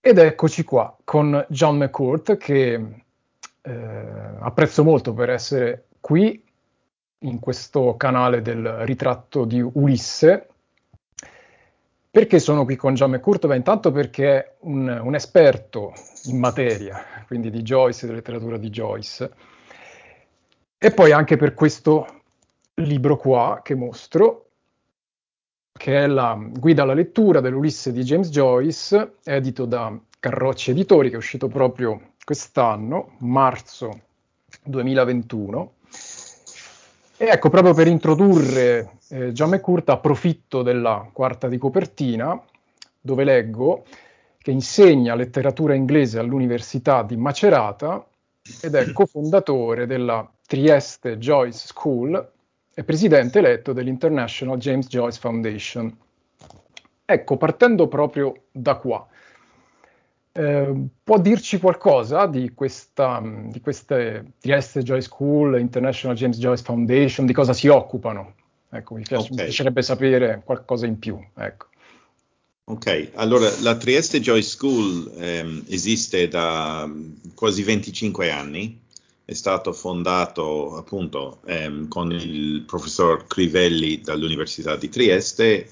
Ed eccoci qua con John McCourt, che apprezzo molto per essere qui in questo canale del ritratto di Ulisse. Perché sono qui con John McCourt? Beh, intanto perché è un esperto in materia, quindi di Joyce e della letteratura di Joyce, e poi anche per questo libro qua che mostro, che è la guida alla lettura dell'Ulisse di James Joyce, edito da Carrocci Editori, che è uscito proprio quest'anno, marzo 2021. E ecco, proprio per introdurre John McCourt, approfitto della quarta di copertina, dove leggo che insegna letteratura inglese all'Università di Macerata ed è cofondatore della Trieste Joyce School e presidente eletto dell'International James Joyce Foundation. Ecco, partendo proprio da qua, può dirci qualcosa di queste Trieste Joyce School, International James Joyce Foundation, di cosa si occupano? Ecco, mi piacerebbe sapere qualcosa in più. Ecco. Ok, allora la Trieste Joyce School esiste da quasi 25 anni, è stato fondato appunto con il professor Crivelli dall'Università di Trieste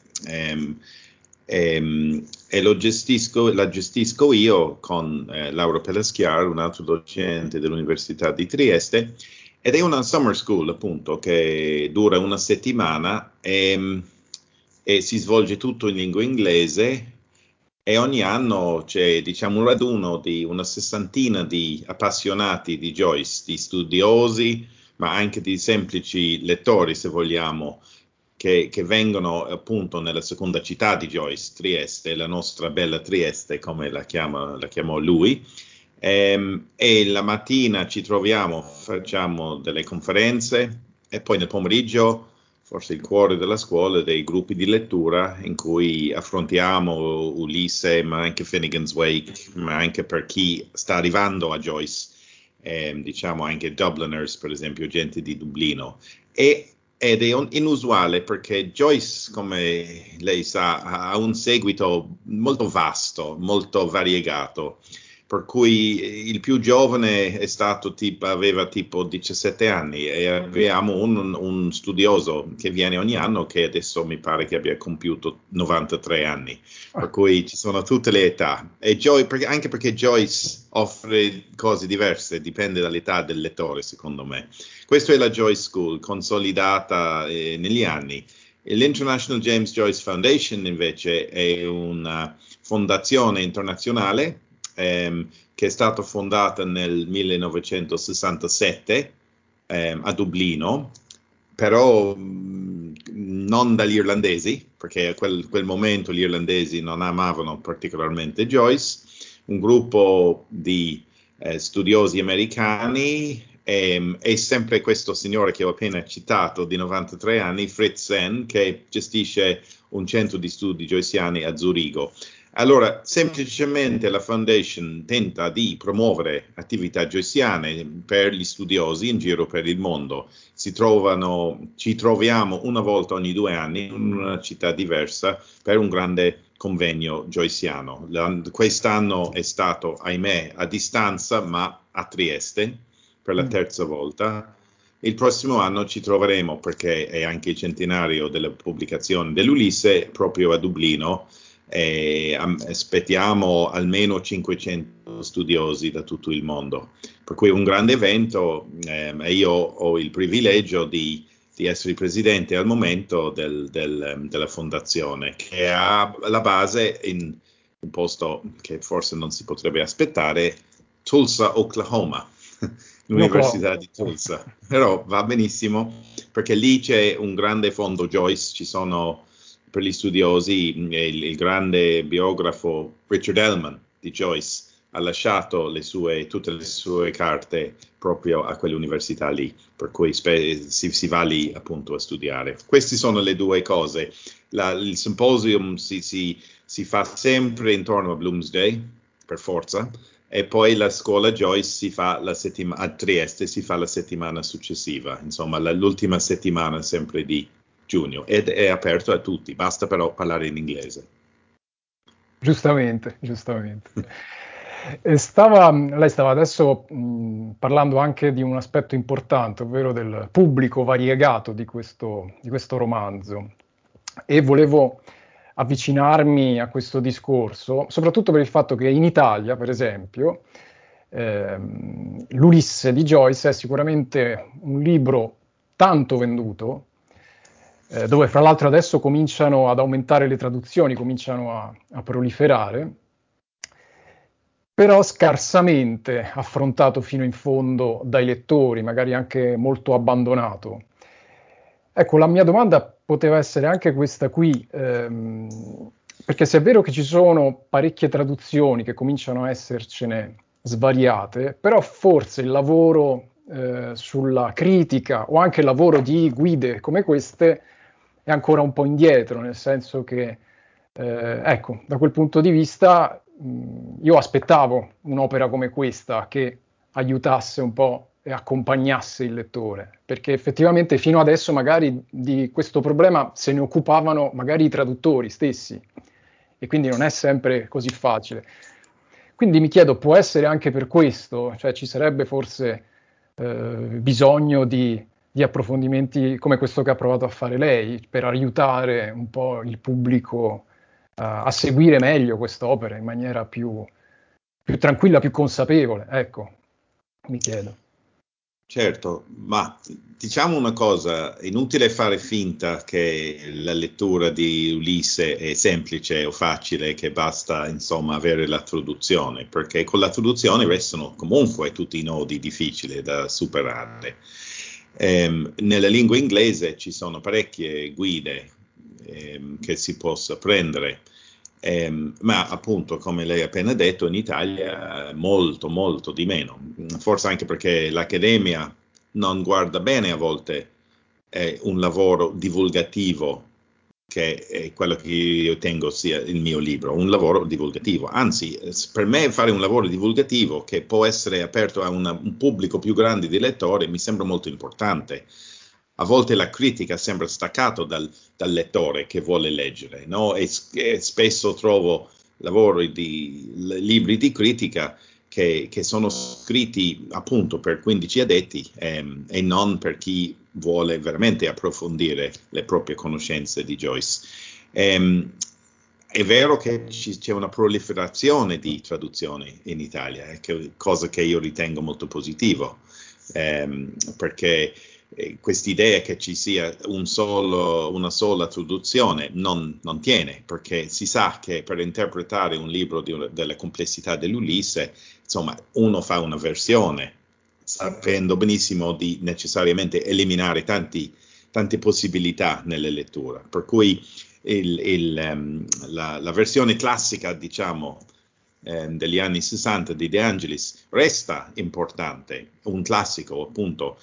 e la gestisco io con Lauro Pelaschiar, un altro docente dell'Università di Trieste, ed è una summer school appunto che dura una settimana e si svolge tutto in lingua inglese e ogni anno c'è, diciamo, un raduno di una sessantina di appassionati di Joyce, di studiosi, ma anche di semplici lettori, se vogliamo, che vengono appunto nella seconda città di Joyce, Trieste, la nostra bella Trieste, come la chiamò lui. E la mattina ci troviamo, facciamo delle conferenze e poi nel pomeriggio forse il cuore della scuola, dei gruppi di lettura in cui affrontiamo Ulisse, ma anche Finnegan's Wake, ma anche per chi sta arrivando a Joyce, diciamo anche Dubliners, per esempio, gente di Dublino. Ed è inusuale perché Joyce, come lei sa, ha un seguito molto vasto, molto variegato. Per cui il più giovane aveva tipo 17 anni e abbiamo un studioso che viene ogni anno che adesso mi pare che abbia compiuto 93 anni, per cui ci sono tutte le età. E anche perché Joyce offre cose diverse, dipende dall'età del lettore, secondo me. Questa è la Joyce School, consolidata negli anni. L'International James Joyce Foundation invece è una fondazione internazionale che è stata fondata nel 1967 a Dublino, però non dagli irlandesi, perché a quel momento gli irlandesi non amavano particolarmente Joyce, un gruppo di studiosi americani e sempre questo signore che ho appena citato di 93 anni, Fritz Senn, che gestisce un centro di studi joyciani a Zurigo. Allora, semplicemente la Foundation tenta di promuovere attività joyciane per gli studiosi in giro per il mondo. Ci troviamo una volta ogni 2 anni in una città diversa per un grande convegno joyciano. Quest'anno è stato, ahimè, a distanza, ma a Trieste per la terza volta. Il prossimo anno ci troveremo, perché è anche il centenario della pubblicazione dell'Ulisse, proprio a Dublino, e aspettiamo almeno 500 studiosi da tutto il mondo. Per cui è un grande evento e io ho il privilegio di essere presidente al momento della fondazione, che ha la base in un posto che forse non si potrebbe aspettare, Tulsa, Oklahoma. L'Università di Tulsa, però va benissimo perché lì c'è un grande fondo Joyce, ci sono per gli studiosi il grande biografo Richard Ellman di Joyce ha lasciato tutte le sue carte proprio a quell'università lì, per cui si va lì appunto a studiare. Queste sono le due cose. Il symposium si fa sempre intorno a Bloomsday, per forza, e poi la scuola Joyce si fa a Trieste si fa la settimana successiva, insomma l'ultima settimana sempre di giugno, ed è aperto a tutti, basta però parlare in inglese. Giustamente. Lei stava adesso parlando anche di un aspetto importante, ovvero del pubblico variegato di questo romanzo. E volevo avvicinarmi a questo discorso, soprattutto per il fatto che in Italia, per esempio, l'Ulisse di Joyce è sicuramente un libro tanto venduto, dove fra l'altro adesso cominciano ad aumentare le traduzioni, cominciano a proliferare, però scarsamente affrontato fino in fondo dai lettori, magari anche molto abbandonato. Ecco, la mia domanda poteva essere anche questa qui, perché se è vero che ci sono parecchie traduzioni che cominciano a essercene svariate, però forse il lavoro sulla critica o anche il lavoro di guide come queste è ancora un po' indietro, nel senso che, ecco, da quel punto di vista io aspettavo un'opera come questa che aiutasse un po' e accompagnasse il lettore, perché effettivamente fino adesso magari di questo problema se ne occupavano magari i traduttori stessi e quindi non è sempre così facile. Quindi mi chiedo, può essere anche per questo, cioè ci sarebbe forse bisogno di approfondimenti come questo che ha provato a fare lei, per aiutare un po' il pubblico a seguire meglio quest'opera in maniera più tranquilla, più consapevole. Ecco, mi chiedo. Certo, ma diciamo una cosa, è inutile fare finta che la lettura di Ulisse è semplice o facile, che basta insomma avere la traduzione, perché con la traduzione restano comunque tutti i nodi difficili da superare. Nella lingua inglese ci sono parecchie guide che si possa prendere. Ma appunto, come lei ha appena detto, in Italia molto, molto di meno. Forse anche perché l'Accademia non guarda bene a volte un lavoro divulgativo, che è quello che io ritengo sia il mio libro, un lavoro divulgativo. Anzi, per me fare un lavoro divulgativo che può essere aperto a un pubblico più grande di lettori mi sembra molto importante. A volte la critica sembra staccata dal lettore che vuole leggere, no? E spesso trovo libri di critica che sono scritti appunto per 15 addetti e non per chi vuole veramente approfondire le proprie conoscenze di Joyce. È vero che c'è una proliferazione di traduzioni in Italia, cosa che io ritengo molto positivo, perché quest'idea che ci sia una sola traduzione non tiene, perché si sa che per interpretare un libro della complessità dell'Ulisse, insomma, uno fa una versione, sapendo benissimo di necessariamente eliminare tante possibilità nella lettura. Per cui la versione classica, diciamo, degli anni 60 di De Angelis resta importante, un classico appunto,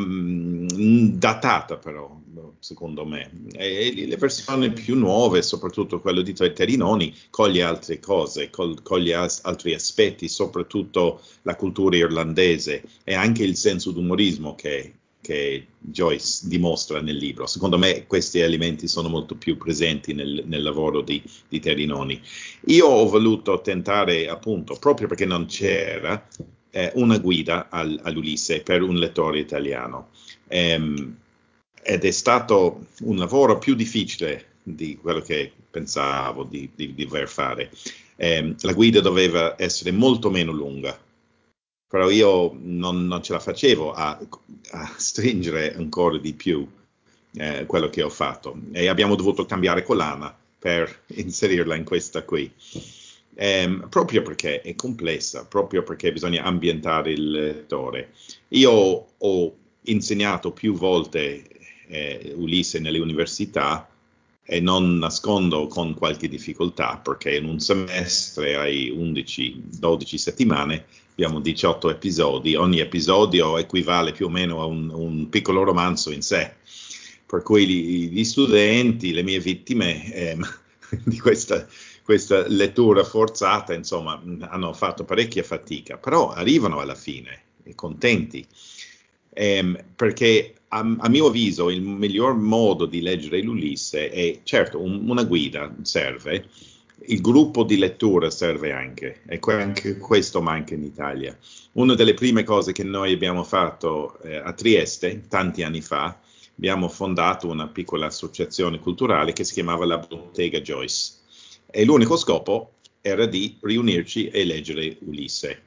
datata però, secondo me. E le versioni più nuove, soprattutto quello di Terinoni, coglie altre cose, coglie altri aspetti, soprattutto la cultura irlandese e anche il senso d'umorismo che Joyce dimostra nel libro. Secondo me questi elementi sono molto più presenti nel lavoro di Terinoni. Io ho voluto tentare, appunto, proprio perché non c'era, una guida all'Ulisse per un lettore italiano. Ed è stato un lavoro più difficile di quello che pensavo di dover fare. La guida doveva essere molto meno lunga, però io non ce la facevo a stringere ancora di più quello che ho fatto, e abbiamo dovuto cambiare collana per inserirla in questa qui. Proprio perché è complessa, proprio perché bisogna ambientare il lettore. Io ho insegnato più volte Ulisse nelle università e non nascondo con qualche difficoltà, perché in un semestre hai 11-12 settimane, abbiamo 18 episodi, ogni episodio equivale più o meno a un piccolo romanzo in sé, per cui gli studenti, le mie vittime di questa lettura forzata, insomma, hanno fatto parecchia fatica, però arrivano alla fine contenti, perché a mio avviso il miglior modo di leggere l'Ulisse è, certo, una guida serve, il gruppo di lettura serve anche, e anche questo manca in Italia. Una delle prime cose che noi abbiamo fatto a Trieste, tanti anni fa, abbiamo fondato una piccola associazione culturale che si chiamava la Bottega Joyce, e l'unico scopo era di riunirci e leggere Ulisse.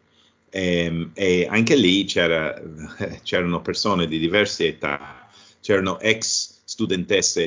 E anche lì c'erano persone di diverse età, c'era una ex studentessa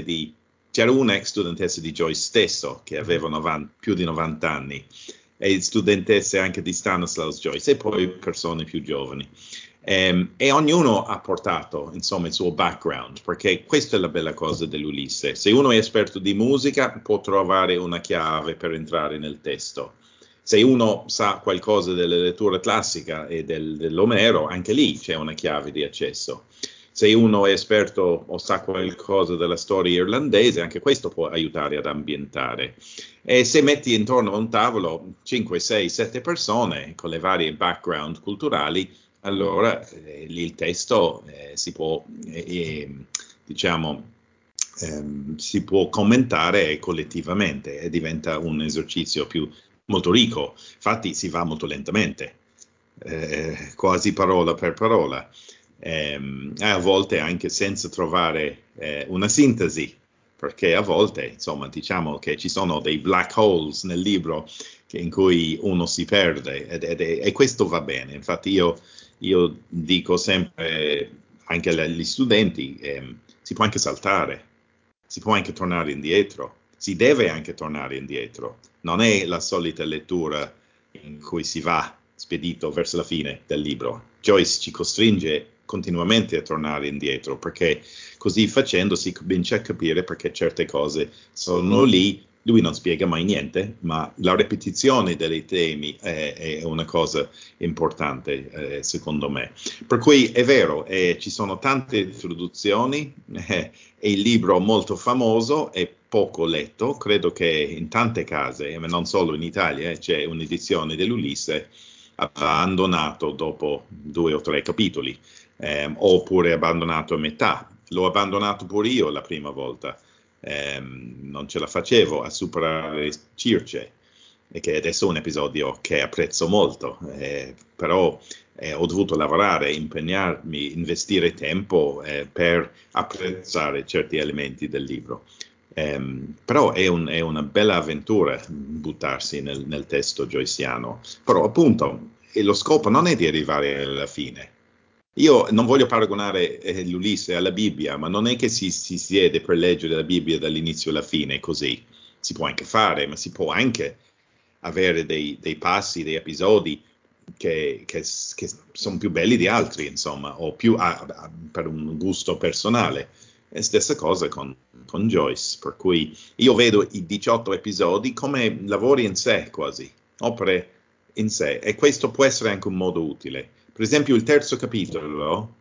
di Joyce stesso che aveva più di 90 anni, e studentesse anche di Stanislaus Joyce, e poi persone più giovani. E ognuno ha portato, insomma, il suo background, perché questa è la bella cosa dell'Ulisse. Se uno è esperto di musica, può trovare una chiave per entrare nel testo. Se uno sa qualcosa della lettura classica e dell'Omero, anche lì c'è una chiave di accesso. Se uno è esperto o sa qualcosa della storia irlandese, anche questo può aiutare ad ambientare. E se metti intorno a un tavolo 5, 6, 7 persone con le varie background culturali, allora il testo si può, diciamo, si può commentare collettivamente e diventa un esercizio molto ricco. Infatti si va molto lentamente, quasi parola per parola. A volte anche senza trovare una sintesi, perché a volte, insomma, diciamo che ci sono dei black holes nel libro in cui uno si perde, e questo va bene. Infatti io dico sempre anche agli studenti, si può anche saltare, si può anche tornare indietro, si deve anche tornare indietro. Non è la solita lettura in cui si va spedito verso la fine del libro. Joyce ci costringe continuamente a tornare indietro, perché così facendo si comincia a capire perché certe cose sono lì. Lui non spiega mai niente, ma la ripetizione dei temi è una cosa importante, secondo me. Per cui è vero, ci sono tante introduzioni, è il libro molto famoso e poco letto. Credo che in tante case, ma non solo in Italia, c'è un'edizione dell'Ulisse abbandonato dopo 2 o 3 capitoli, oppure abbandonato a metà. L'ho abbandonato pure io la prima volta. Non ce la facevo a superare Circe, e che adesso è un episodio che apprezzo molto, però ho dovuto lavorare, impegnarmi, investire tempo per apprezzare certi elementi del libro. Però è una bella avventura buttarsi nel testo joyciano, però appunto lo scopo non è di arrivare alla fine. Io non voglio paragonare l'Ulisse alla Bibbia, ma non è che si siede per leggere la Bibbia dall'inizio alla fine così. Si può anche fare, ma si può anche avere dei passi, dei episodi che sono più belli di altri, insomma, o più per un gusto personale. E stessa cosa con Joyce, per cui io vedo i 18 episodi come lavori in sé quasi, opere in sé, e questo può essere anche un modo utile. Per esempio il terzo capitolo,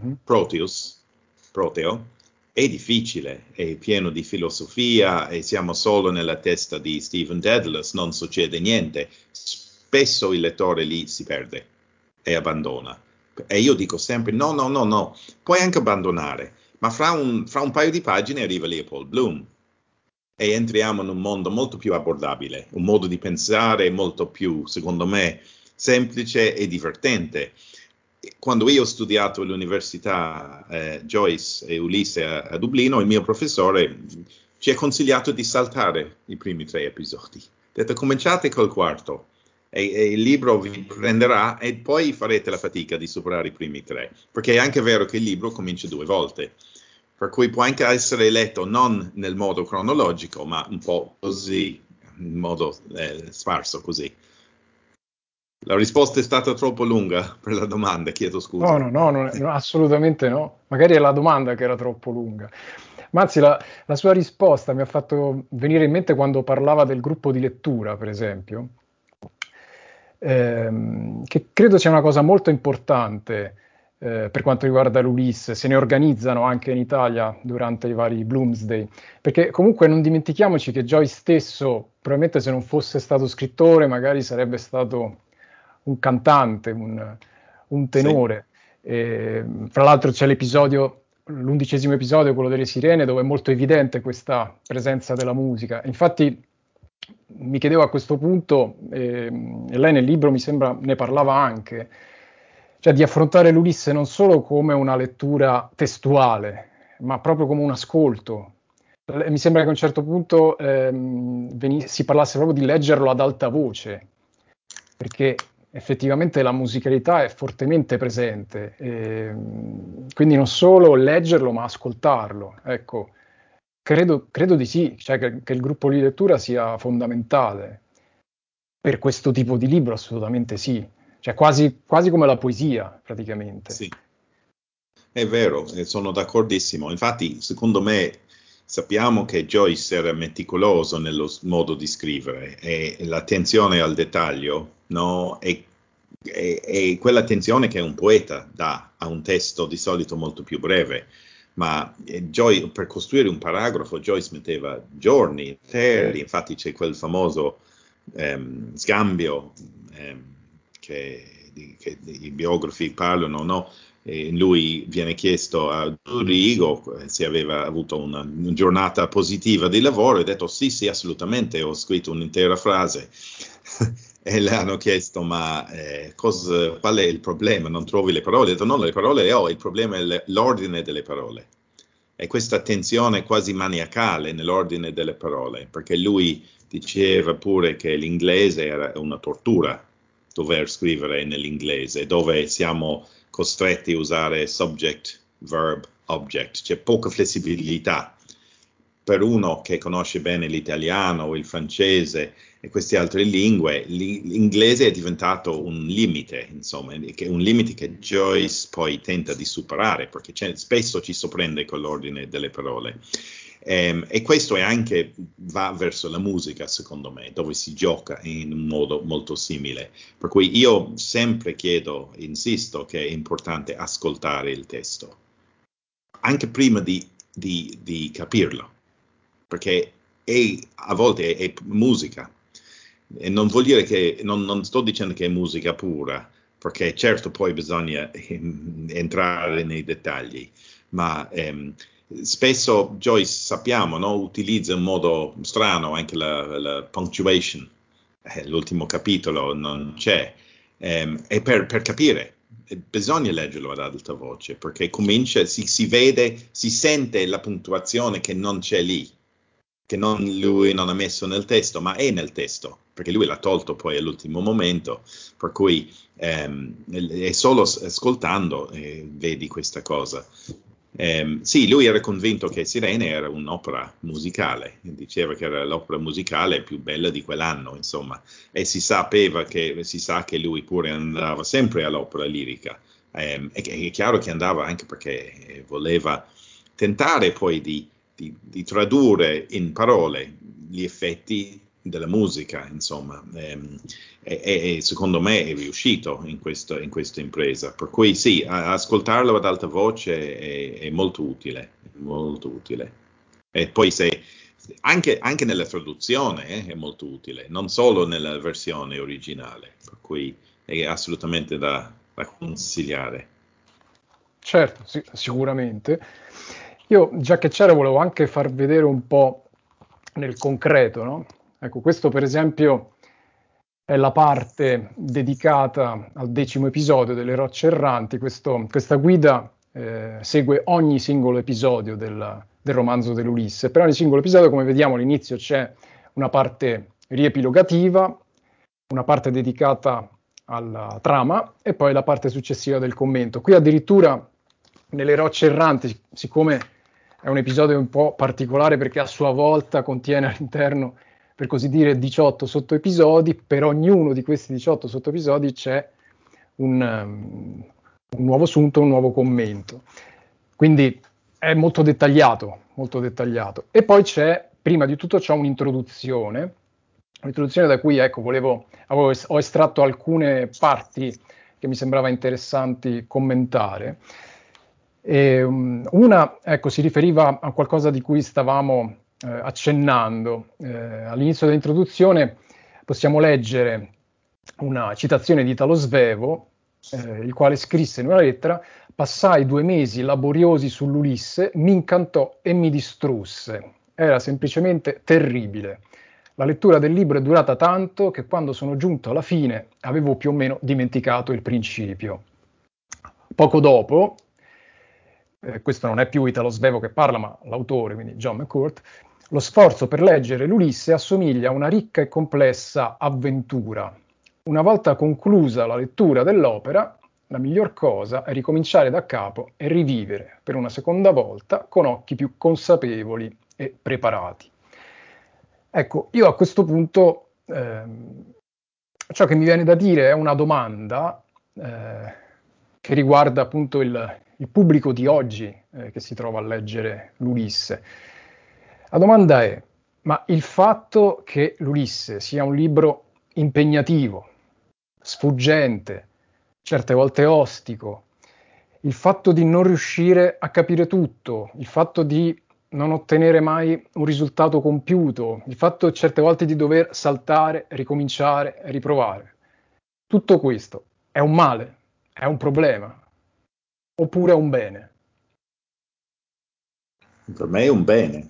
Proteo, è difficile, è pieno di filosofia e siamo solo nella testa di Stephen Dedalus, non succede niente. Spesso il lettore lì si perde e abbandona. E io dico sempre no, puoi anche abbandonare, ma fra un paio di pagine arriva Leopold Bloom e entriamo in un mondo molto più abbordabile, un modo di pensare molto più, secondo me, semplice e divertente. Quando io ho studiato all'università Joyce e Ulisse a Dublino, il mio professore ci ha consigliato di saltare i primi 3 episodi. Ha detto cominciate col quarto e il libro vi prenderà e poi farete la fatica di superare i primi 3, perché è anche vero che il libro comincia 2 volte. Per cui può anche essere letto non nel modo cronologico, ma un po' così, in modo sparso così. La risposta è stata troppo lunga per la domanda, chiedo scusa. No, assolutamente no. Magari è la domanda che era troppo lunga. Ma anzi, la sua risposta mi ha fatto venire in mente quando parlava del gruppo di lettura, per esempio, che credo sia una cosa molto importante per quanto riguarda l'Ulisse. Se ne organizzano anche in Italia durante i vari Bloomsday, perché comunque non dimentichiamoci che Joyce stesso, probabilmente se non fosse stato scrittore, magari sarebbe stato un cantante, un Sì. tenore. Fra l'altro c'è l'episodio, l'11° episodio, quello delle sirene, dove è molto evidente questa presenza della musica. Infatti mi chiedevo a questo punto, e lei nel libro mi sembra ne parlava anche, cioè di affrontare l'Ulisse non solo come una lettura testuale, ma proprio come un ascolto. Mi sembra che a un certo punto si parlasse proprio di leggerlo ad alta voce, perché effettivamente la musicalità è fortemente presente, quindi non solo leggerlo, ma ascoltarlo. Ecco, credo di sì, cioè che il gruppo di lettura sia fondamentale per questo tipo di libro, assolutamente sì, cioè quasi come la poesia, praticamente. Sì, è vero, sono d'accordissimo. Infatti, secondo me, sappiamo che Joyce era meticoloso nello modo di scrivere e l'attenzione al dettaglio, no? È quell'attenzione che un poeta dà a un testo di solito molto più breve. Ma per costruire un paragrafo Joyce metteva giorni interi, infatti c'è quel famoso scambio che i biografi parlano, no? E lui viene chiesto a Durigo se aveva avuto una giornata positiva di lavoro e ha detto sì, sì, assolutamente, ho scritto un'intera frase. E le hanno chiesto ma qual è il problema? Non trovi le parole? Ha detto no, le parole le ho, il problema è l'ordine delle parole. E questa tensione quasi maniacale nell'ordine delle parole, perché lui diceva pure che l'inglese era una tortura, dover scrivere nell'inglese, dove siamo costretti a usare subject, verb, object, c'è poca flessibilità. Per uno che conosce bene l'italiano o il francese e queste altre lingue, l'inglese è diventato un limite, insomma, un limite che Joyce poi tenta di superare, perché spesso ci sorprende con l'ordine delle parole. E questo è anche va verso la musica, secondo me, dove si gioca in un modo molto simile. Per cui io sempre chiedo, insisto, che è importante ascoltare il testo, anche prima di capirlo, perché a volte è musica. E non vuol dire che, non sto dicendo che è musica pura, perché certo poi bisogna entrare nei dettagli, ma spesso Joyce sappiamo, no? Utilizza in modo strano anche la punctuation. L'ultimo capitolo non c'è, e per capire bisogna leggerlo ad alta voce perché comincia, si vede, si sente la puntuazione che non c'è lì, che lui non ha messo nel testo, ma è nel testo, perché lui l'ha tolto poi all'ultimo momento, per cui è solo ascoltando vedi questa cosa. Sì, lui era convinto che Sirene era un'opera musicale, diceva che era l'opera musicale più bella di quell'anno, insomma, e si sa che lui pure andava sempre all'opera lirica. È chiaro che andava anche perché voleva tentare poi di tradurre in parole gli effetti della musica, insomma, e secondo me è riuscito in questa impresa. Per cui sì, ascoltarlo ad alta voce è molto utile, molto utile. E poi anche nella traduzione è molto utile, non solo nella versione originale, per cui è assolutamente da consigliare. Certo, sicuramente. Io, già che c'era, volevo anche far vedere un po' nel concreto, no? Ecco, questo per esempio è la parte dedicata al 10° episodio delle Rocce Erranti. Questa guida segue ogni singolo episodio del romanzo dell'Ulisse. Per ogni singolo episodio, come vediamo all'inizio, c'è una parte riepilogativa, una parte dedicata alla trama e poi la parte successiva del commento. Qui addirittura nelle Rocce Erranti, siccome è un episodio un po' particolare perché a sua volta contiene all'interno, per così dire, 18 sottoepisodi, per ognuno di questi 18 sottoepisodi c'è un nuovo assunto, un nuovo commento. Quindi è molto dettagliato, molto dettagliato. E poi prima di tutto c'è un'introduzione da cui, ecco, ho estratto alcune parti che mi sembrava interessanti commentare. Una, ecco, si riferiva a qualcosa di cui stavamo accennando. All'inizio dell'introduzione possiamo leggere una citazione di Italo Svevo, il quale scrisse in una lettera: passai 2 mesi laboriosi sull'Ulisse, mi incantò e mi distrusse. Era semplicemente terribile. La lettura del libro è durata tanto che quando sono giunto alla fine avevo più o meno dimenticato il principio. Poco dopo, questo non è più Italo Svevo che parla, ma l'autore, quindi John McCourt, lo sforzo per leggere l'Ulisse assomiglia a una ricca e complessa avventura. Una volta conclusa la lettura dell'opera, la miglior cosa è ricominciare da capo e rivivere per una seconda volta con occhi più consapevoli e preparati. Ecco, io a questo punto ciò che mi viene da dire è una domanda che riguarda appunto il pubblico di oggi che si trova a leggere l'Ulisse. La domanda è, ma il fatto che l'Ulisse sia un libro impegnativo, sfuggente, certe volte ostico, il fatto di non riuscire a capire tutto, il fatto di non ottenere mai un risultato compiuto, il fatto certe volte di dover saltare, ricominciare e riprovare. Tutto questo è un male, è un problema, oppure è un bene? Per me è un bene,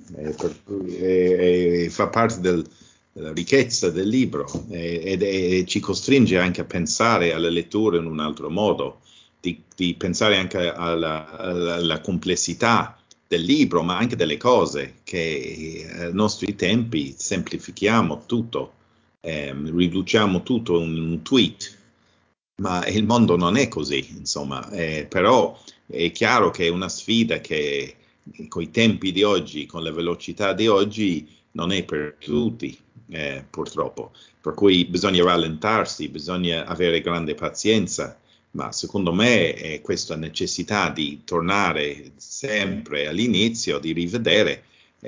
fa parte della ricchezza del libro e ci costringe anche a pensare alla lettura in un altro modo, di pensare anche alla complessità del libro, ma anche delle cose che ai nostri tempi semplifichiamo tutto, riduciamo tutto in un tweet. Ma il mondo non è così, insomma, però è chiaro che è una sfida che con i tempi di oggi, con la velocità di oggi, non è per tutti, purtroppo. Per cui bisogna rallentarsi, bisogna avere grande pazienza, ma secondo me è questa necessità di tornare sempre all'inizio, di rivedere.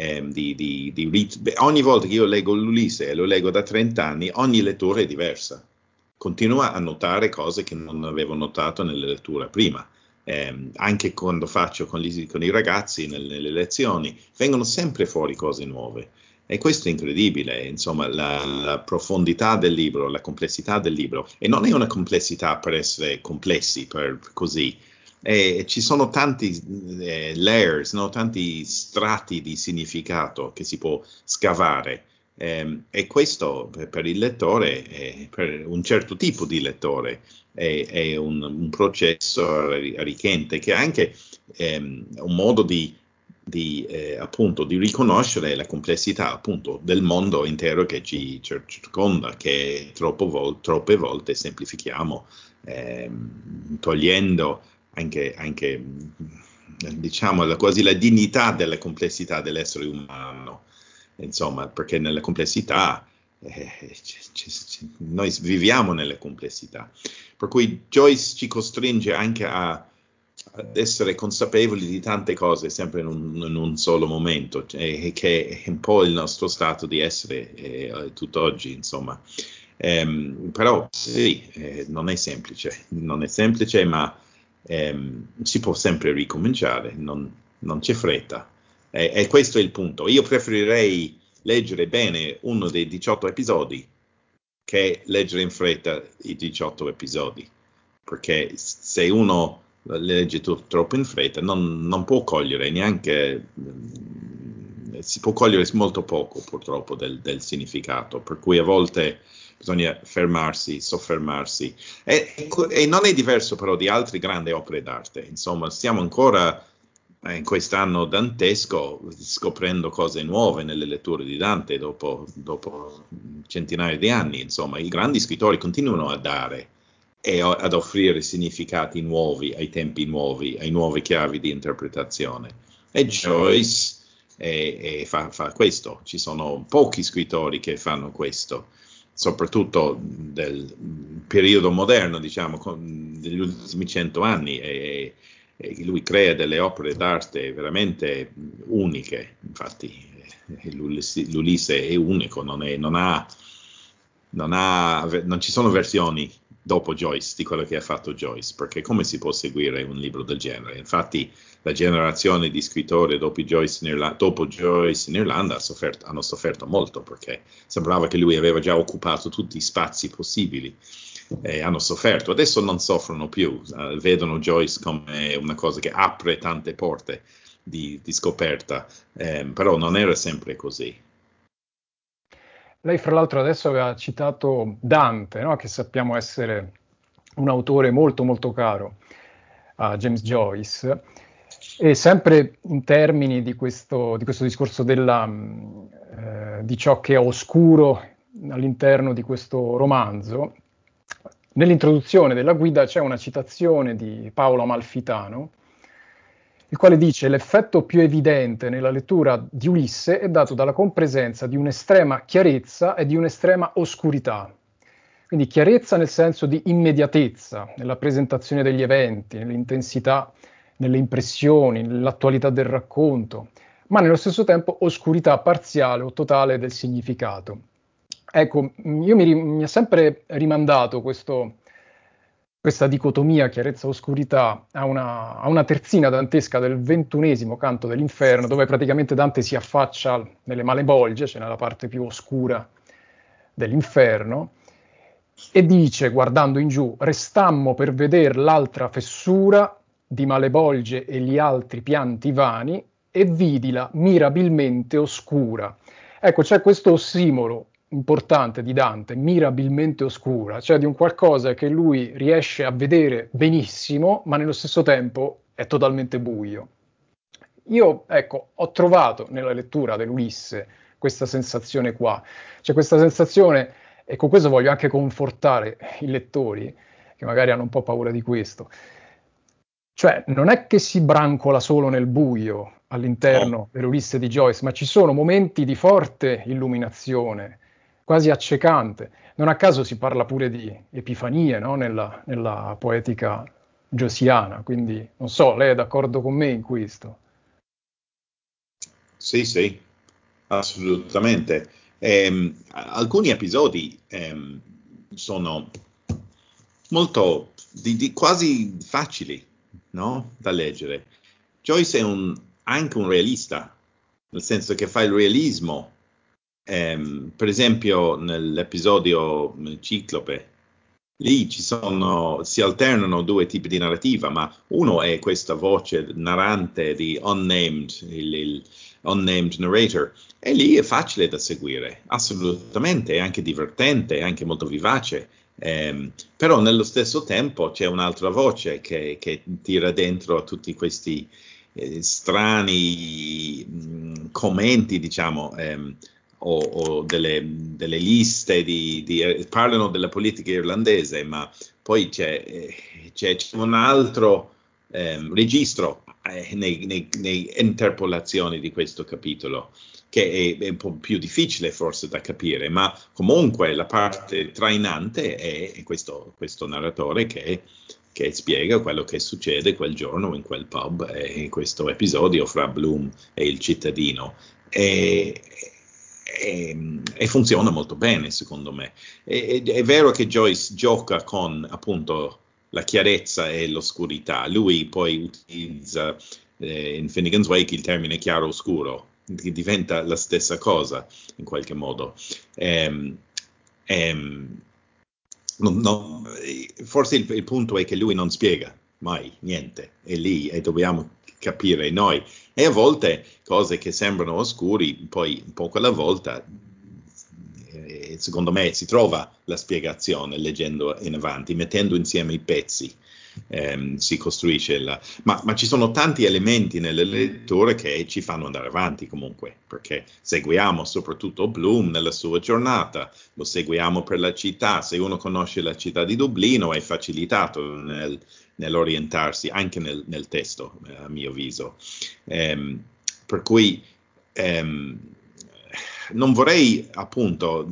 Ogni volta che io leggo l'Ulisse e lo leggo da 30 anni, ogni lettura è diversa. Continua a notare cose che non avevo notato nelle letture prima. Anche quando faccio con i ragazzi nelle lezioni, vengono sempre fuori cose nuove. E questo è incredibile, insomma, la profondità del libro, la complessità del libro. E non è una complessità per essere complessi, per così. Ci sono tanti layers, no? Tanti strati di significato che si può scavare. E questo per il lettore, per un certo tipo di lettore, è un processo arricchente che è anche un modo appunto, di riconoscere la complessità appunto, del mondo intero che ci circonda, che troppe volte semplifichiamo, togliendo anche diciamo, quasi la dignità della complessità dell'essere umano. Insomma, perché nella complessità noi viviamo nelle complessità. Per cui Joyce ci costringe anche ad essere consapevoli di tante cose, sempre in un solo momento, che è un po' il nostro stato di essere tutt'oggi, insomma. Però sì, non è semplice, ma si può sempre ricominciare, non c'è fretta. E questo è il punto. Io preferirei leggere bene uno dei 18 episodi che leggere in fretta i 18 episodi, perché se uno legge troppo in fretta non può cogliere neanche, si può cogliere molto poco purtroppo del significato, per cui a volte bisogna fermarsi, soffermarsi. E non è diverso però di altre grandi opere d'arte, insomma, stiamo ancora in quest'anno dantesco scoprendo cose nuove nelle letture di Dante dopo centinaia di anni, insomma, i grandi scrittori continuano a dare e ad offrire significati nuovi ai tempi nuovi, ai nuove chiavi di interpretazione. E Joyce fa questo, ci sono pochi scrittori che fanno questo, soprattutto del periodo moderno, diciamo, degli ultimi 100 anni, e lui crea delle opere d'arte veramente uniche. Infatti l'Ulisse è unico, non ci sono versioni dopo Joyce di quello che ha fatto Joyce, perché come si può seguire un libro del genere? Infatti la generazione di scrittori dopo Joyce in Irlanda hanno sofferto molto, perché sembrava che lui aveva già occupato tutti i spazi possibili. Hanno sofferto, adesso non soffrono più, vedono Joyce come una cosa che apre tante porte di scoperta, però non era sempre così. Lei fra l'altro adesso aveva citato Dante, no? Che sappiamo essere un autore molto molto caro a James Joyce, e sempre in termini di questo discorso di ciò che è oscuro all'interno di questo romanzo, nell'introduzione della guida c'è una citazione di Paolo Amalfitano, il quale dice: l'effetto più evidente nella lettura di Ulisse è dato dalla compresenza di un'estrema chiarezza e di un'estrema oscurità. Quindi chiarezza nel senso di immediatezza, nella presentazione degli eventi, nell'intensità, nelle impressioni, nell'attualità del racconto, ma nello stesso tempo oscurità parziale o totale del significato. Ecco, mi ha sempre rimandato questa dicotomia chiarezza-oscurità a una terzina dantesca del XXI canto dell'Inferno, dove praticamente Dante si affaccia nelle Malebolge, cioè nella parte più oscura dell'Inferno, e dice, guardando in giù: restammo per veder l'altra fessura di Malebolge e gli altri pianti vani, e vidila mirabilmente oscura. Ecco, c'è questo ossimoro importante di Dante, mirabilmente oscura, cioè di un qualcosa che lui riesce a vedere benissimo, ma nello stesso tempo è totalmente buio. Io, ecco, ho trovato nella lettura dell'Ulisse questa sensazione qua, cioè questa sensazione, e con questo voglio anche confortare i lettori, che magari hanno un po' paura di questo, cioè non è che si brancola solo nel buio No. all'interno dell'Ulisse di Joyce, ma ci sono momenti di forte illuminazione, quasi accecante. Non a caso si parla pure di epifanie, no? Nella poetica giosiana, quindi non so, lei è d'accordo con me in questo? Sì, sì, assolutamente. Alcuni episodi sono molto quasi facili, no? Da leggere. Joyce è anche un realista, nel senso che fa il realismo. Per esempio, nell'episodio Ciclope, lì si alternano due tipi di narrativa, ma uno è questa voce narrante di il unnamed narrator, e lì è facile da seguire, assolutamente, è anche divertente, è anche molto vivace. Però nello stesso tempo c'è un'altra voce che tira dentro tutti questi strani commenti, diciamo, o delle liste parlano della politica irlandese, ma poi c'è un altro registro nei interpolazioni di questo capitolo, che è un po' più difficile forse da capire, ma comunque la parte trainante è questo narratore che spiega quello che succede quel giorno in quel pub, in questo episodio fra Bloom e il cittadino. E, e funziona molto bene, secondo me. È vero che Joyce gioca con appunto la chiarezza e l'oscurità. Lui poi utilizza in Finnegan's Wake il termine chiaro-oscuro, che diventa la stessa cosa in qualche modo. Ehm, ehm, forse il punto è che lui non spiega mai niente, è lì e dobbiamo capire noi. E a volte cose che sembrano oscuri, poi un poco alla volta, secondo me, si trova la spiegazione leggendo in avanti, mettendo insieme i pezzi. Si costruisce ma ci sono tanti elementi nelle letture che ci fanno andare avanti comunque, perché seguiamo soprattutto Bloom nella sua giornata, lo seguiamo per la città. Se uno conosce la città di Dublino è facilitato nell'orientarsi anche nel testo, a mio avviso. Per cui non vorrei appunto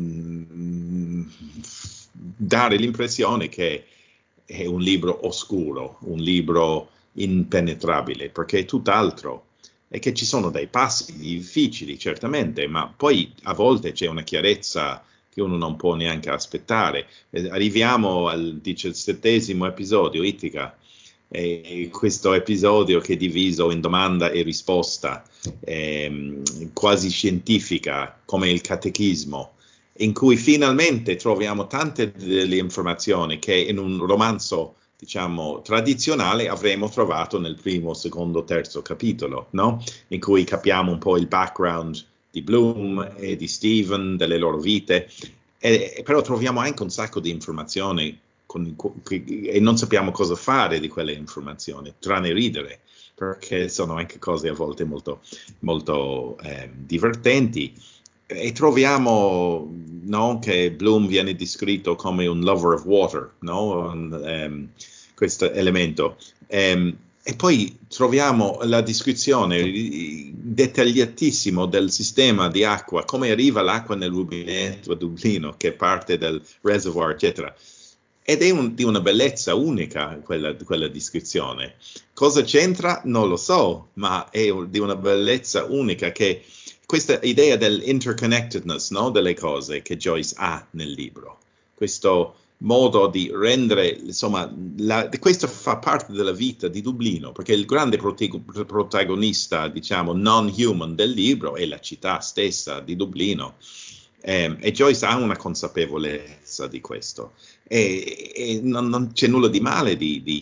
dare l'impressione che è un libro oscuro, un libro impenetrabile, perché è tutt'altro. E che ci sono dei passi difficili, certamente, ma poi a volte c'è una chiarezza che uno non può neanche aspettare. Arriviamo al 17° episodio, Ithaca, questo episodio che è diviso in domanda e risposta, quasi scientifica, come il catechismo, in cui finalmente troviamo tante delle informazioni che in un romanzo, diciamo, tradizionale avremmo trovato nel primo, secondo, terzo capitolo, no? In cui capiamo un po' il background di Bloom e di Steven, delle loro vite, però troviamo anche un sacco di informazioni e non sappiamo cosa fare di quelle informazioni, tranne ridere, perché sono anche cose a volte molto, molto divertenti. E troviamo, no, che Bloom viene descritto come un lover of water, no? Questo elemento. E poi troviamo la descrizione dettagliatissima del sistema di acqua, come arriva l'acqua nel rubinetto a Dublino, che parte dal reservoir, eccetera. Ed è di una bellezza unica quella descrizione. Cosa c'entra? Non lo so, ma è di una bellezza unica che questa idea dell'interconnectedness, no, delle cose che Joyce ha nel libro, questo modo di rendere, insomma, questo fa parte della vita di Dublino, perché il grande protagonista, diciamo, non-human del libro è la città stessa di Dublino. E Joyce ha una consapevolezza di questo. E non c'è nulla di male di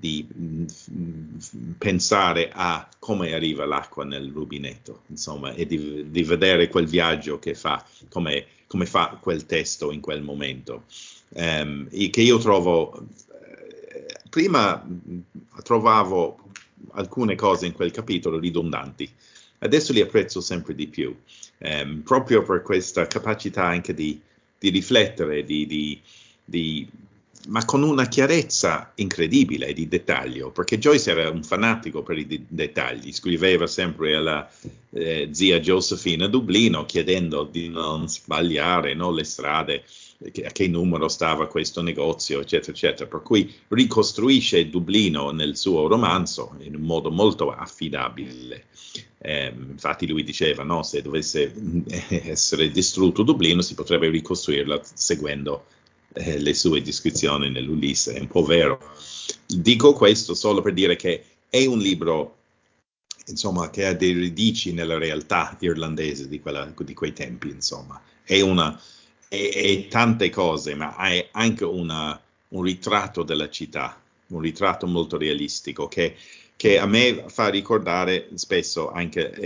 pensare a come arriva l'acqua nel rubinetto, insomma, e di vedere quel viaggio che fa, come fa quel testo in quel momento. Che io trovo, prima trovavo alcune cose in quel capitolo ridondanti, adesso li apprezzo sempre di più, proprio per questa capacità anche di riflettere, ma con una chiarezza incredibile di dettaglio, perché Joyce era un fanatico per i dettagli, scriveva sempre alla zia Josephine a Dublino chiedendo di non sbagliare, no, le strade, a che numero stava questo negozio, eccetera, eccetera, per cui ricostruisce Dublino nel suo romanzo in un modo molto affidabile. Infatti lui diceva, no, se dovesse essere distrutto Dublino si potrebbe ricostruirla seguendo le sue descrizioni nell'Ulisse. È un po' vero. Dico questo solo per dire che è un libro, insomma, che ha dei radici nella realtà irlandese di quei tempi, insomma. È tante cose, ma è anche un ritratto della città, un ritratto molto realistico che a me fa ricordare spesso anche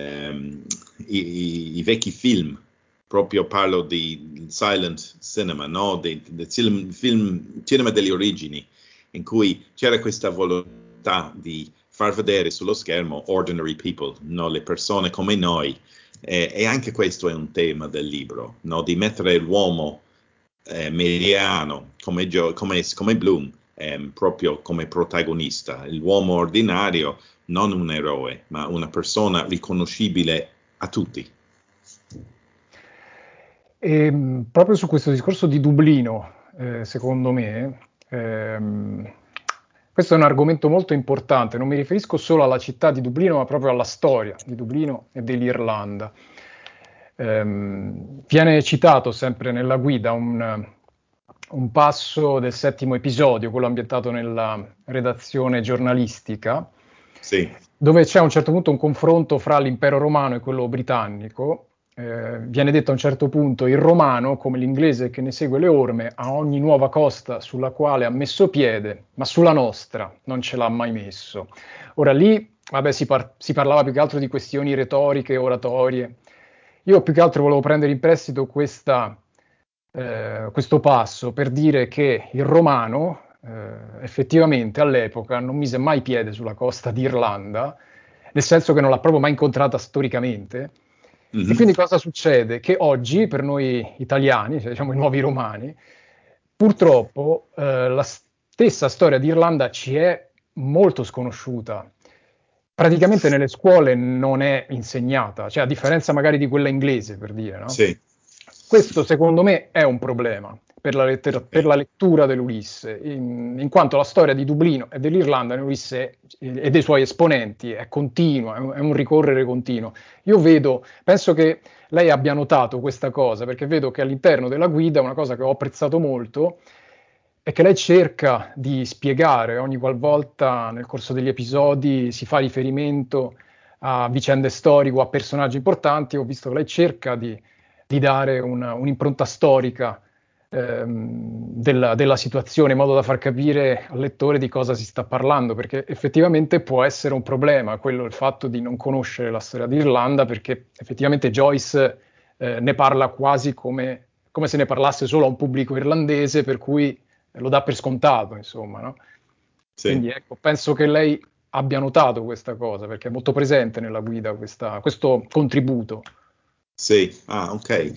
i vecchi film. Proprio parlo di silent cinema, no? Del cinema delle origini, in cui c'era questa volontà di far vedere sullo schermo ordinary people, no? Le persone come noi. E anche questo è un tema del libro, no? Di mettere l'uomo mediano come Bloom, proprio come protagonista, l'uomo ordinario, non un eroe, ma una persona riconoscibile a tutti. E proprio su questo discorso di Dublino, secondo me, questo è un argomento molto importante. Non mi riferisco solo alla città di Dublino, ma proprio alla storia di Dublino e dell'Irlanda. Viene citato sempre nella guida un passo del settimo episodio, quello ambientato nella redazione giornalistica, sì, dove c'è a un certo punto un confronto fra l'impero romano e quello britannico. Viene detto a un certo punto il romano, come l'inglese che ne segue le orme, a ogni nuova costa sulla quale ha messo piede, ma sulla nostra non ce l'ha mai messo. Ora lì, vabbè, si parlava più che altro di questioni retoriche, oratorie. Io più che altro volevo prendere in prestito questo passo per dire che il romano effettivamente all'epoca non mise mai piede sulla costa d'Irlanda, nel senso che non l'ha proprio mai incontrata storicamente. E quindi cosa succede? Che oggi per noi italiani, cioè diciamo i nuovi romani, purtroppo la stessa storia d'Irlanda ci è molto sconosciuta. Praticamente nelle scuole non è insegnata, cioè a differenza magari di quella inglese, per dire, no? sì. Questo secondo me è un problema per la lettura dell'Ulisse, in quanto la storia di Dublino e dell'Irlanda nell'Ulisse e dei suoi esponenti è continua, è un ricorrere continuo. Penso che lei abbia notato questa cosa, perché vedo che all'interno della guida una cosa che ho apprezzato molto è che lei cerca di spiegare ogni qualvolta nel corso degli episodi si fa riferimento a vicende storiche o a personaggi importanti. Ho visto che lei cerca di dare un'impronta storica della situazione, in modo da far capire al lettore di cosa si sta parlando, perché effettivamente può essere un problema quello, il fatto di non conoscere la storia d'Irlanda, perché effettivamente Joyce ne parla quasi come se ne parlasse solo a un pubblico irlandese, per cui lo dà per scontato, insomma, no? Sì. Quindi ecco, penso che lei abbia notato questa cosa, perché è molto presente nella guida questo contributo. Sì, ok.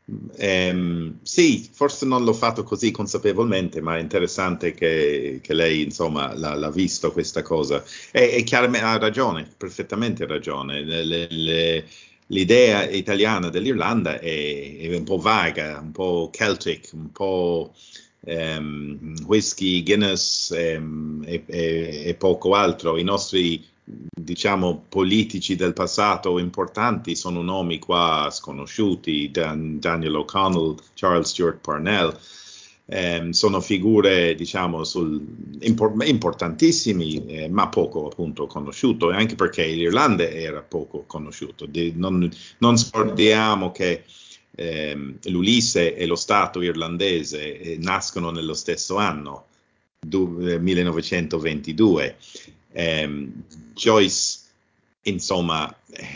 Sì, forse non l'ho fatto così consapevolmente, ma è interessante che lei, insomma, l'ha visto questa cosa. E chiaramente ha ragione, perfettamente ragione. L'idea italiana dell'Irlanda è un po' vaga, un po' Celtic, un po' whisky, Guinness e poco altro. I nostri diciamo, politici del passato importanti sono nomi qua sconosciuti, Daniel O'Connell, Charles Stewart Parnell, sono figure, diciamo, importantissimi, ma poco appunto conosciuto, e anche perché l'Irlanda era poco conosciuto. Non scordiamo che l'Ulisse e lo Stato irlandese nascono nello stesso anno, 1922. Joyce, insomma,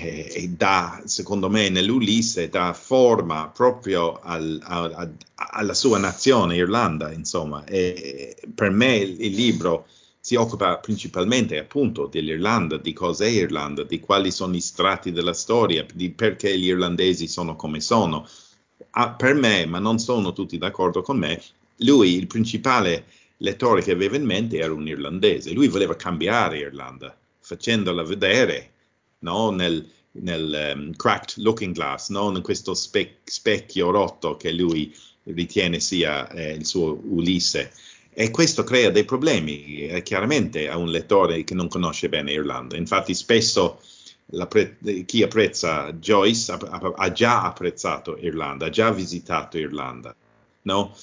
secondo me, nell'Ulisse dà forma proprio alla sua nazione, Irlanda, insomma. E per me il libro si occupa principalmente appunto dell'Irlanda, di cos'è Irlanda, di quali sono i strati della storia, di perché gli irlandesi sono come sono. Per me, ma non sono tutti d'accordo con me, lui, il principale lettore che aveva in mente era un irlandese. Lui voleva cambiare Irlanda, facendola vedere, no, nel cracked looking glass, no, in questo specchio rotto che lui ritiene sia il suo Ulisse. E questo crea dei problemi, chiaramente, a un lettore che non conosce bene Irlanda. Infatti spesso chi apprezza Joyce ha già apprezzato Irlanda, ha già visitato Irlanda, no?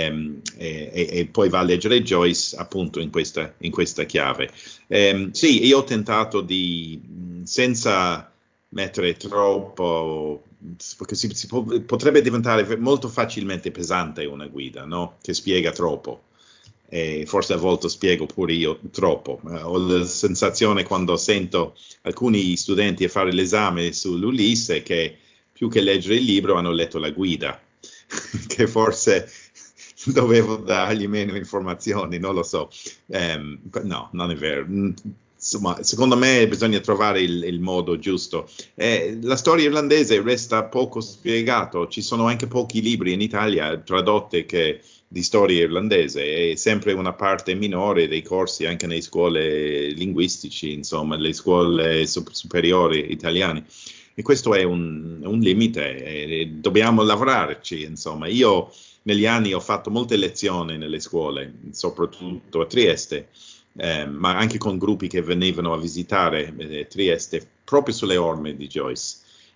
E poi va a leggere Joyce appunto in questa chiave. Sì, io ho tentato senza mettere troppo, perché potrebbe diventare molto facilmente pesante una guida, no? Che spiega troppo. E forse a volte spiego pure io troppo. Ho la sensazione quando sento alcuni studenti a fare l'esame sull'Ulisse che più che leggere il libro hanno letto la guida, che forse dovevo dargli meno informazioni, non lo so. No, non è vero. Insomma, secondo me bisogna trovare il modo giusto. La storia irlandese resta poco spiegato, ci sono anche pochi libri in Italia tradotti di storia irlandese, è sempre una parte minore dei corsi anche nelle scuole linguistici, insomma, le scuole superiori italiane. E questo è un limite, e dobbiamo lavorarci, insomma. Io negli anni ho fatto molte lezioni nelle scuole, soprattutto a Trieste, ma anche con gruppi che venivano a visitare Trieste proprio sulle orme di Joyce.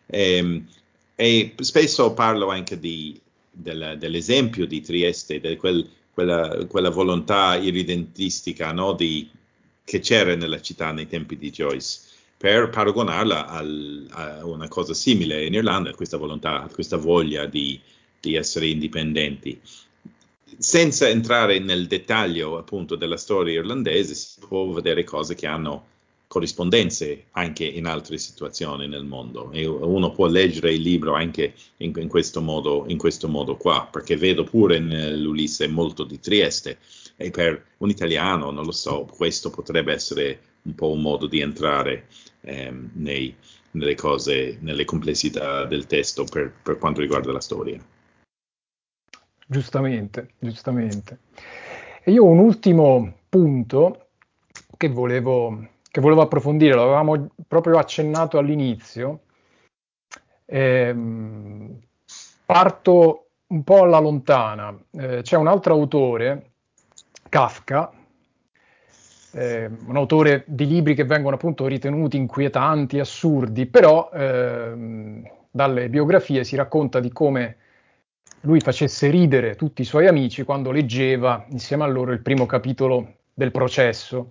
E spesso parlo anche dell'esempio di Trieste, di quella volontà irredentistica, no, che c'era nella città nei tempi di Joyce, per paragonarla a una cosa simile in Irlanda, questa volontà, questa voglia di essere indipendenti. Senza entrare nel dettaglio appunto della storia irlandese, si può vedere cose che hanno corrispondenze anche in altre situazioni nel mondo, e uno può leggere il libro anche in questo modo qua, perché vedo pure nell'Ulisse molto di Trieste, e per un italiano, non lo so, questo potrebbe essere un po' un modo di entrare nelle cose, nelle complessità del testo per quanto riguarda la storia. Giustamente, giustamente. E io ho un ultimo punto che volevo approfondire, lo avevamo proprio accennato all'inizio. Ehm, Parto un po' alla lontana. C'è un altro autore, Kafka, un autore di libri che vengono appunto ritenuti inquietanti, assurdi, però dalle biografie si racconta di come lui facesse ridere tutti i suoi amici quando leggeva insieme a loro il primo capitolo del Processo.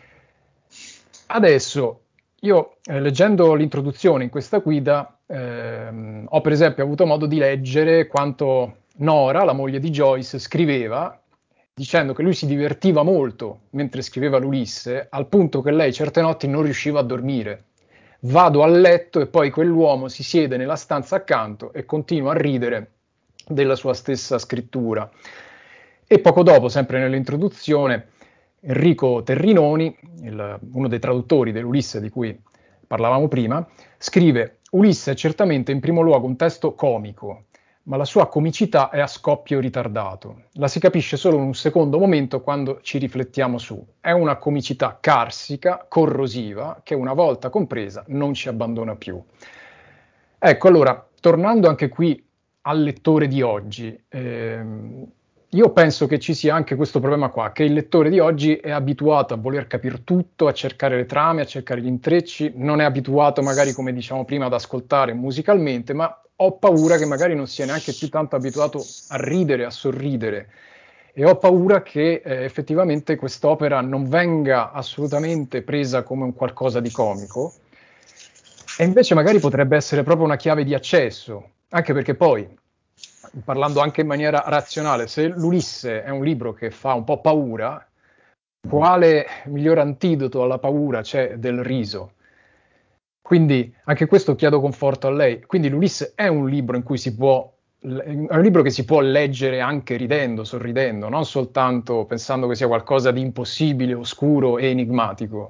Adesso io, leggendo l'introduzione in questa guida, ho per esempio avuto modo di leggere quanto Nora, la moglie di Joyce, scriveva dicendo che lui si divertiva molto mentre scriveva l'Ulisse, al punto che lei certe notti non riusciva a dormire. Vado a letto e poi quell'uomo si siede nella stanza accanto e continua a ridere della sua stessa scrittura. E poco dopo, sempre nell'introduzione, Enrico Terrinoni, uno dei traduttori dell'Ulisse di cui parlavamo prima, scrive: Ulisse è certamente in primo luogo un testo comico, ma la sua comicità è a scoppio ritardato. La si capisce solo in un secondo momento quando ci riflettiamo su. È una comicità carsica, corrosiva, che una volta compresa non ci abbandona più. Ecco, allora, tornando anche qui al lettore di oggi, io penso che ci sia anche questo problema qua, che il lettore di oggi è abituato a voler capire tutto, a cercare le trame, a cercare gli intrecci, non è abituato magari, come diciamo prima, ad ascoltare musicalmente, ma ho paura che magari non sia neanche più tanto abituato a ridere, a sorridere. E ho paura che effettivamente quest'opera non venga assolutamente presa come un qualcosa di comico, e invece magari potrebbe essere proprio una chiave di accesso, anche perché poi, parlando anche in maniera razionale, se l'Ulisse è un libro che fa un po' paura, quale miglior antidoto alla paura c'è del riso? Quindi anche questo chiedo conforto a lei. Quindi l'Ulisse è un libro in cui è un libro che si può leggere anche ridendo, sorridendo, non soltanto pensando che sia qualcosa di impossibile, oscuro e enigmatico.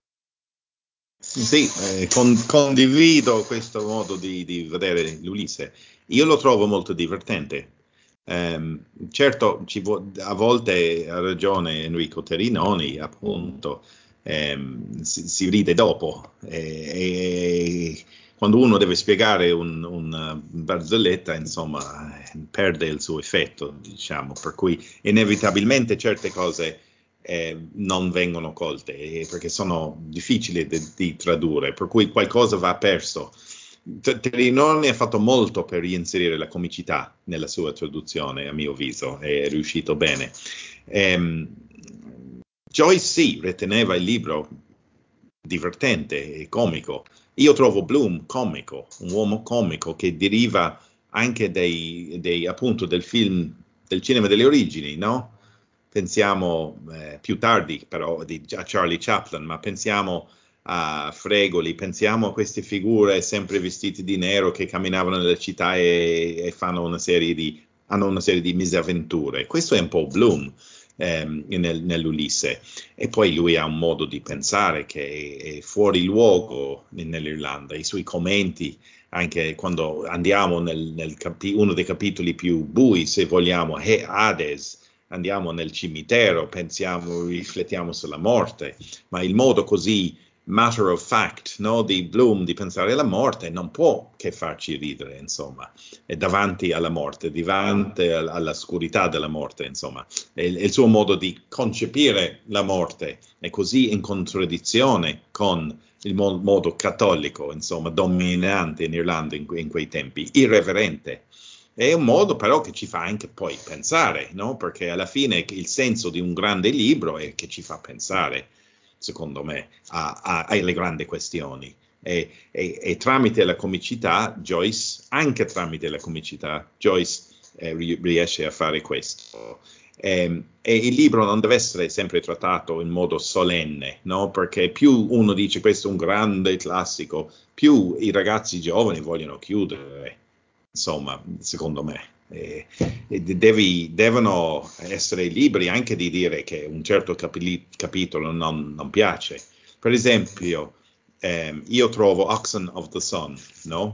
Sì, condivido questo modo di vedere l'Ulisse. Io lo trovo molto divertente. Certo, a volte ha ragione Enrico Terrinoni, appunto, si ride dopo. E quando uno deve spiegare una barzelletta, insomma, perde il suo effetto, diciamo, per cui inevitabilmente certe cose non vengono colte perché sono difficili di tradurre, per cui qualcosa va perso. Trinoni ha fatto molto per reinserire la comicità nella sua traduzione, a mio avviso, è riuscito bene. Ehm, Joyce sì, riteneva il libro divertente e comico. Io trovo Bloom comico, un uomo comico che deriva anche appunto del film, del cinema delle origini, no? Pensiamo più tardi però a Charlie Chaplin, ma pensiamo a Fregoli, pensiamo a queste figure sempre vestite di nero che camminavano nelle città e hanno una serie di misavventure. Questo è un po' Bloom nell'Ulisse. E poi lui ha un modo di pensare che è fuori luogo nell'Irlanda. I suoi commenti, anche quando andiamo uno dei capitoli più bui, se vogliamo, è Hades. Andiamo nel cimitero, pensiamo, riflettiamo sulla morte, ma il modo così matter of fact, no, di Bloom di pensare alla morte non può che farci ridere, insomma, è davanti alla morte, davanti alla oscurità della morte, insomma, è il suo modo di concepire la morte è così in contraddizione con il modo cattolico, insomma, dominante in Irlanda in quei tempi, irreverente. È un modo però che ci fa anche poi pensare, no? Perché alla fine il senso di un grande libro è che ci fa pensare, secondo me, alle grandi questioni. E tramite la comicità, Joyce, anche tramite la comicità, Joyce riesce a fare questo. E il libro non deve essere sempre trattato in modo solenne, no? Perché più uno dice questo è un grande classico, più i ragazzi giovani vogliono chiudere, insomma, secondo me. Devono essere liberi anche di dire che un certo capitolo non piace. Per esempio, io trovo Oxen of the Sun, no?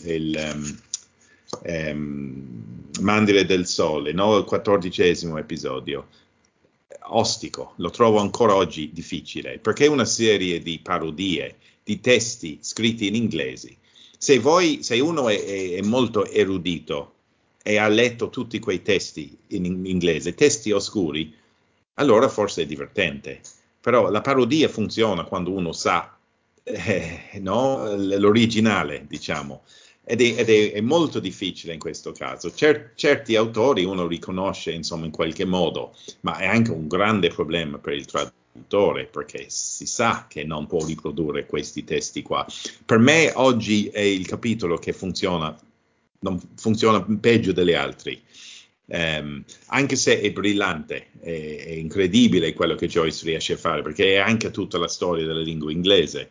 Mandrile del Sole, no? Il 14° episodio. Ostico, lo trovo ancora oggi difficile, perché è una serie di parodie, di testi scritti in inglese. Se uno è molto erudito e ha letto tutti quei testi in inglese, testi oscuri, allora forse è divertente. Però la parodia funziona quando uno sa no? L'originale, diciamo. È molto difficile in questo caso. Certi autori uno riconosce, insomma, in qualche modo, ma è anche un grande problema per il traduttore, perché si sa che non può riprodurre questi testi qua. Per me oggi è il capitolo che funziona, non funziona peggio degli altri. Anche se è brillante, è incredibile quello che Joyce riesce a fare, perché è anche tutta la storia della lingua inglese.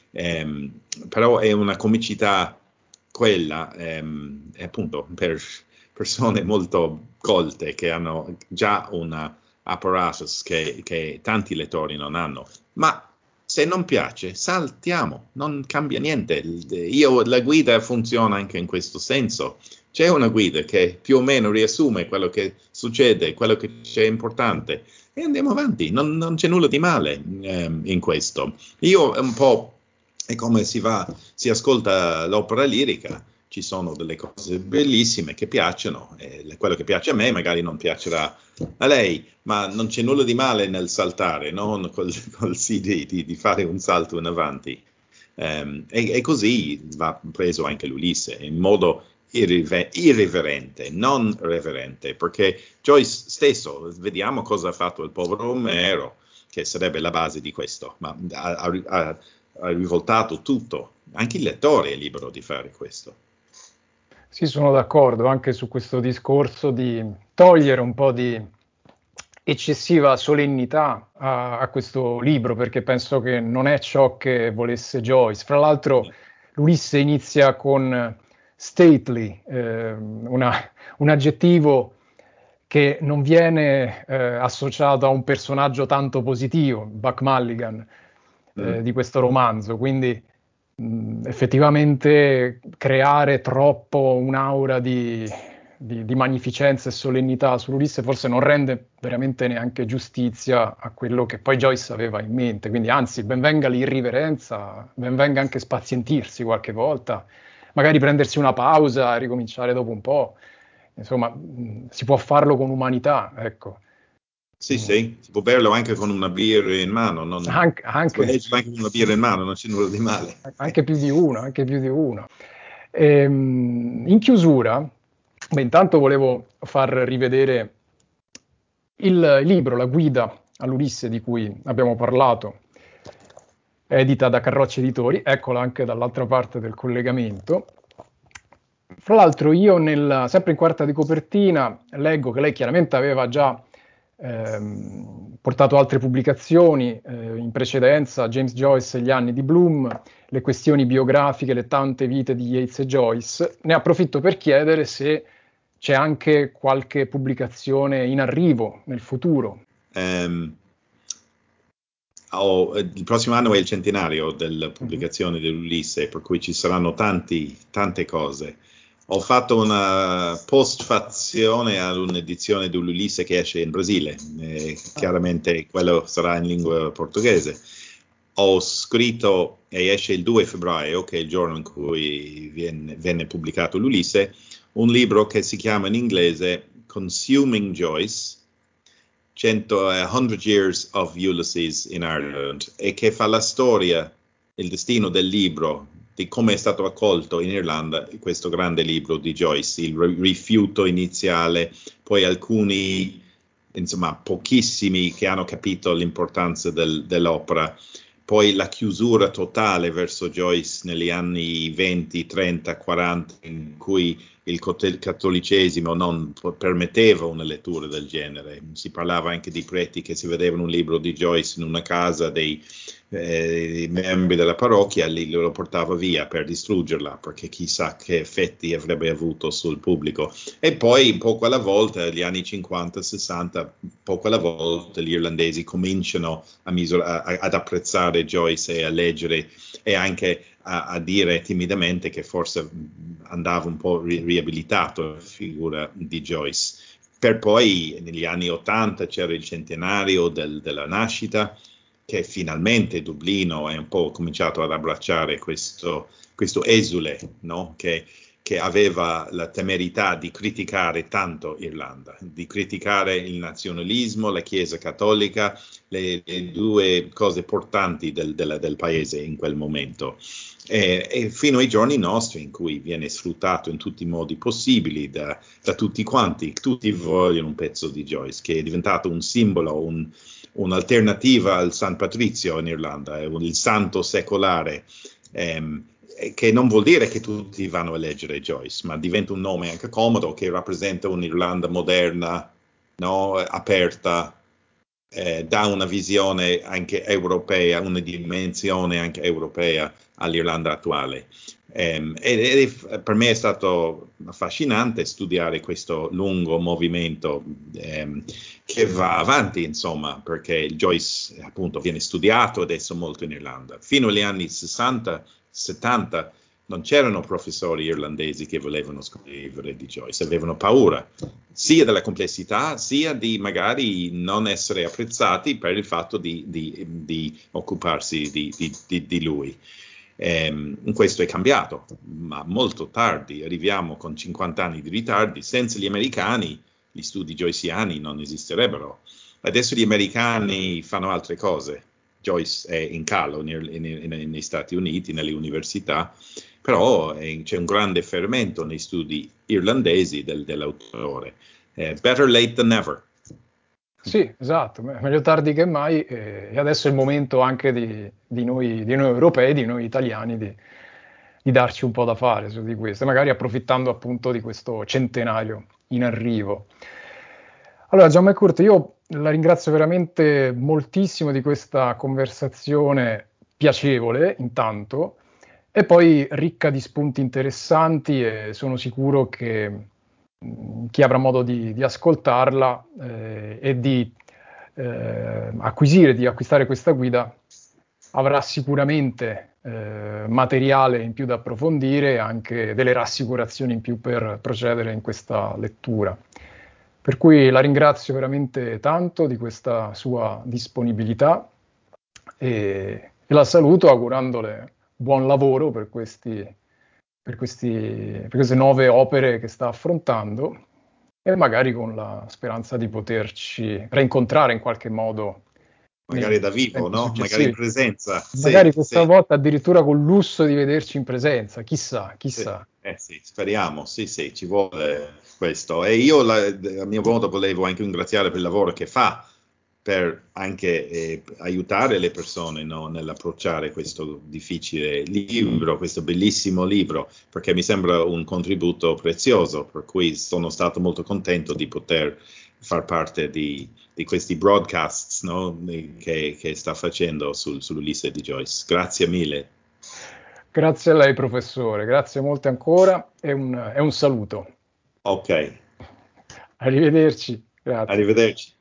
Però è una comicità quella, appunto, per persone molto colte che hanno già una apparatus che tanti lettori non hanno. Ma se non piace, saltiamo, non cambia niente. La guida funziona anche in questo senso. C'è una guida che più o meno riassume quello che succede, quello che c'è importante, e andiamo avanti. Non c'è nulla di male in questo. Io un po' è come si ascolta l'opera lirica. Ci sono delle cose bellissime che piacciono, e quello che piace a me magari non piacerà a lei, ma non c'è nulla di male nel saltare, no? Col CD, di fare un salto in avanti. E così va preso anche l'Ulisse, in modo irriverente, non reverente, perché Joyce stesso, vediamo cosa ha fatto il povero Omero, che sarebbe la base di questo, ma ha rivoltato tutto. Anche il lettore è libero di fare questo. Sì, sono d'accordo anche su questo discorso di togliere un po' di eccessiva solennità a questo libro, perché penso che non è ciò che volesse Joyce. Fra l'altro, l'Ulisse inizia con stately, un aggettivo che non viene associato a un personaggio tanto positivo, Buck Mulligan, di questo romanzo, quindi effettivamente creare troppo un'aura di magnificenza e solennità sull'Ulisse forse non rende veramente neanche giustizia a quello che poi Joyce aveva in mente, quindi anzi ben venga l'irriverenza, ben venga anche spazientirsi qualche volta, magari prendersi una pausa e ricominciare dopo un po', insomma si può farlo con umanità, ecco. Sì, sì, si può berlo anche con una birra in mano, si può Anche, leggerlo anche con una birra in mano, non c'è nulla di male. anche più di uno, anche più di uno. In chiusura, beh, intanto volevo far rivedere il libro, la guida all'Ulisse di cui abbiamo parlato, edita da Carrocci Editori, eccola anche dall'altra parte del collegamento. Fra l'altro io sempre in quarta di copertina leggo che lei chiaramente aveva già portato altre pubblicazioni in precedenza, James Joyce e gli anni di Bloom, le questioni biografiche, le tante vite di Yeats e Joyce. Ne approfitto per chiedere se c'è anche qualche pubblicazione in arrivo nel futuro. Il prossimo anno è il centenario della pubblicazione dell'Ulisse, per cui ci saranno tante cose. Ho fatto una postfazione ad un'edizione dell'Ulisse che esce in Brasile, chiaramente quello sarà in lingua portoghese. Ho scritto, e esce il 2 febbraio, che è il giorno in cui venne pubblicato l'Ulisse, un libro che si chiama in inglese Consuming Joyce, 100 Years of Ulysses in Ireland, e che fa la storia, il destino del libro, di come è stato accolto in Irlanda questo grande libro di Joyce, il rifiuto iniziale, poi alcuni, insomma, pochissimi che hanno capito l'importanza dell'opera, poi la chiusura totale verso Joyce negli anni 20, 30, 40, in cui il cattolicesimo non permetteva una lettura del genere. Si parlava anche di preti che si vedevano un libro di Joyce in una casa dei membri della parrocchia, lo portava via per distruggerla, perché chissà che effetti avrebbe avuto sul pubblico. E poi poco alla volta, negli anni 50, 60, poco alla volta gli irlandesi cominciano ad apprezzare Joyce e a leggere e anche a dire timidamente che forse andava un po' riabilitato la figura di Joyce. Per poi negli anni 80 c'era il centenario della nascita, che finalmente Dublino è un po' cominciato ad abbracciare questo esule, no? che aveva la temerità di criticare tanto Irlanda, di criticare il nazionalismo, la Chiesa cattolica, le due cose portanti del paese in quel momento. E fino ai giorni nostri, in cui viene sfruttato in tutti i modi possibili da tutti quanti. Tutti vogliono un pezzo di Joyce, che è diventato un simbolo, un'alternativa al San Patrizio in Irlanda, il santo secolare. che non vuol dire che tutti vanno a leggere Joyce, ma diventa un nome anche comodo che rappresenta un'Irlanda moderna, no? Aperta, dà una visione anche europea, una dimensione anche europea all'Irlanda attuale. Per me è stato affascinante studiare questo lungo movimento che va avanti, insomma, perché il Joyce appunto viene studiato adesso molto in Irlanda. Fino agli anni 60, 70 non c'erano professori irlandesi che volevano scrivere di Joyce, avevano paura sia della complessità, sia di magari non essere apprezzati per il fatto di occuparsi di lui. Questo è cambiato, ma molto tardi, arriviamo con 50 anni di ritardi, senza gli americani gli studi joyciani non esisterebbero. Adesso gli americani fanno altre cose. Joyce è in calo negli Stati Uniti, nelle università, però c'è un grande fermento nei studi irlandesi dell'autore. Better late than never. Sì, esatto, meglio tardi che mai, e adesso è il momento anche di noi europei, di noi italiani, di darci un po' da fare su di questo, magari approfittando appunto di questo centenario in arrivo. Allora, Gian McCourt, io la ringrazio veramente moltissimo di questa conversazione piacevole, intanto, e poi ricca di spunti interessanti, e sono sicuro che chi avrà modo di ascoltarla e di acquistare questa guida avrà sicuramente materiale in più da approfondire e anche delle rassicurazioni in più per procedere in questa lettura. Per cui la ringrazio veramente tanto di questa sua disponibilità e la saluto augurandole buon lavoro per queste nuove opere che sta affrontando e magari con la speranza di poterci reincontrare in qualche modo Magari nei da vivo, tempi no? Magari in successivi. presenza. Magari Sì, questa sì. volta addirittura col lusso di vederci in presenza, chissà, Sì, chissà. sì, speriamo, sì, sì, ci vuole questo. E io a mio modo volevo anche ringraziare per il lavoro che fa per anche aiutare le persone, no, nell'approcciare questo difficile libro, questo bellissimo libro, perché mi sembra un contributo prezioso, per cui sono stato molto contento di poter far parte di questi broadcasts, no, che sta facendo sull'Ulisse di Joyce. Grazie mille. Grazie a lei, professore, grazie molte ancora e un saluto. Ok, Arrivederci, grazie. arrivederci.